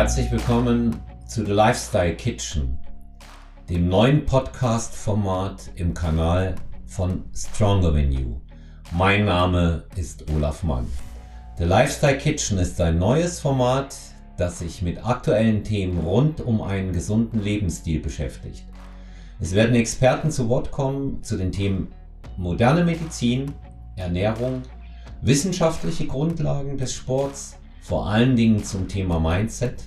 Herzlich willkommen zu The Lifestyle Kitchen, dem neuen Podcast-Format im Kanal von Stronger Than You. Mein Name ist Olaf Mann. The Lifestyle Kitchen ist ein neues Format, das sich mit aktuellen Themen rund um einen gesunden Lebensstil beschäftigt. Es werden Experten zu Wort kommen zu den Themen moderne Medizin, Ernährung, wissenschaftliche Grundlagen des Sports, vor allen Dingen zum Thema Mindset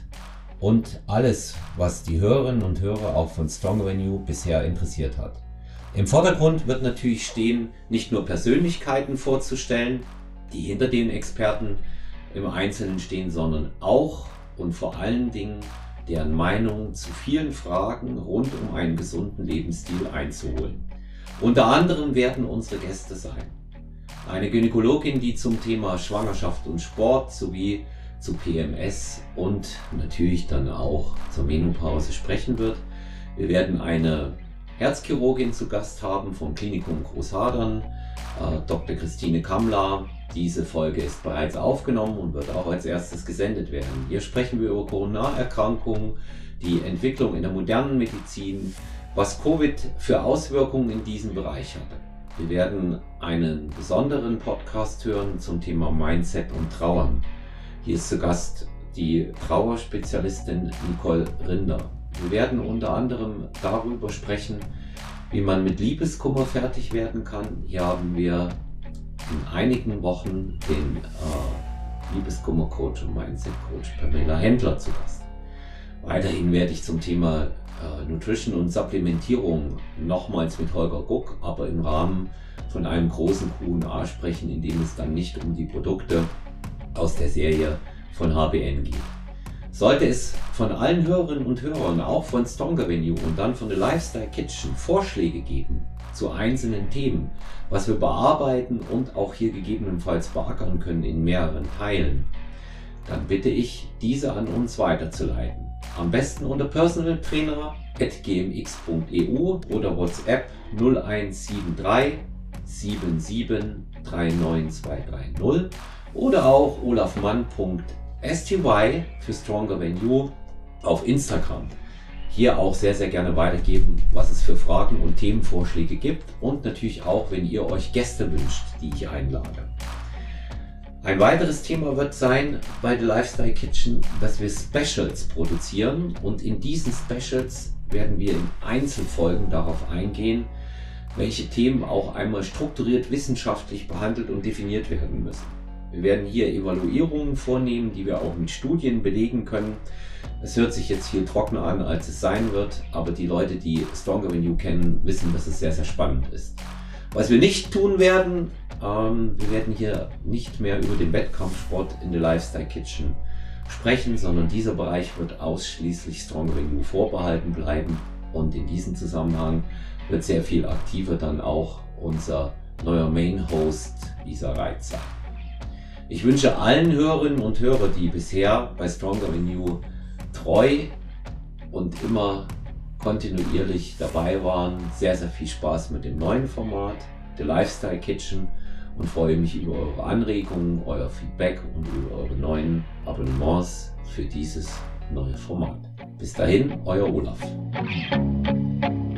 und alles, was die Hörerinnen und Hörer auch von Stronger Than You bisher interessiert hat. Im Vordergrund wird natürlich stehen, nicht nur Persönlichkeiten vorzustellen, die hinter den Experten im Einzelnen stehen, sondern auch und vor allen Dingen deren Meinung zu vielen Fragen rund um einen gesunden Lebensstil einzuholen. Unter anderem werden unsere Gäste sein eine Gynäkologin, die zum Thema Schwangerschaft und Sport sowie zu PMS und natürlich dann auch zur Menopause sprechen wird. Wir werden eine Herzchirurgin zu Gast haben vom Klinikum Großhadern, Dr. Christine Kammler. Diese Folge ist bereits aufgenommen und wird auch als erstes gesendet werden. Hier sprechen wir über Coronarerkrankungen, die Entwicklung in der modernen Medizin, was Covid für Auswirkungen in diesem Bereich hatte. Wir werden einen besonderen Podcast hören zum Thema Mindset und Trauern. Hier ist zu Gast die Trauerspezialistin Nicole Rinder. Wir werden unter anderem darüber sprechen, wie man mit Liebeskummer fertig werden kann. Hier haben wir in einigen Wochen den Liebeskummer-Coach und Mindset-Coach Pamela Händler zu Gast. Weiterhin werde ich zum Thema Nutrition und Supplementierung nochmals mit Holger Guck, aber im Rahmen von einem großen Q&A sprechen, in dem es dann nicht um die Produkte aus der Serie von HBN geht. Sollte es von allen Hörerinnen und Hörern, auch von Stronger Than You und dann von The Lifestyle Kitchen Vorschläge geben zu einzelnen Themen, was wir bearbeiten und auch hier gegebenenfalls beackern können in mehreren Teilen, dann bitte ich, diese an uns weiterzuleiten. Am besten unter personaltrainer@gmx.eu oder WhatsApp 0173 77 39230 oder auch olafmann.sty für Stronger Than You auf Instagram. Hier auch sehr, sehr gerne weitergeben, was es für Fragen und Themenvorschläge gibt und natürlich auch, wenn ihr euch Gäste wünscht, die ich einlade. Ein weiteres Thema wird sein bei The Lifestyle Kitchen, dass wir Specials produzieren und in diesen Specials werden wir in Einzelfolgen darauf eingehen, welche Themen auch einmal strukturiert wissenschaftlich behandelt und definiert werden müssen. Wir werden hier Evaluierungen vornehmen, die wir auch mit Studien belegen können. Es hört sich jetzt viel trockener an, als es sein wird, aber die Leute, die Stronger Than You kennen, wissen, dass es sehr, sehr spannend ist. Was wir nicht tun werden, wir werden hier nicht mehr über den Wettkampfsport in The Lifestyle Kitchen sprechen, sondern dieser Bereich wird ausschließlich Stronger Than You vorbehalten bleiben und in diesem Zusammenhang wird sehr viel aktiver dann auch unser neuer Main-Host Lisa Reit sein. Ich wünsche allen Hörerinnen und Hörern, die bisher bei Stronger Than You treu und immer kontinuierlich dabei waren, sehr, sehr viel Spaß mit dem neuen Format, The Lifestyle Kitchen, und freue mich über eure Anregungen, euer Feedback und über eure neuen Abonnements für dieses neue Format. Bis dahin, euer Olaf.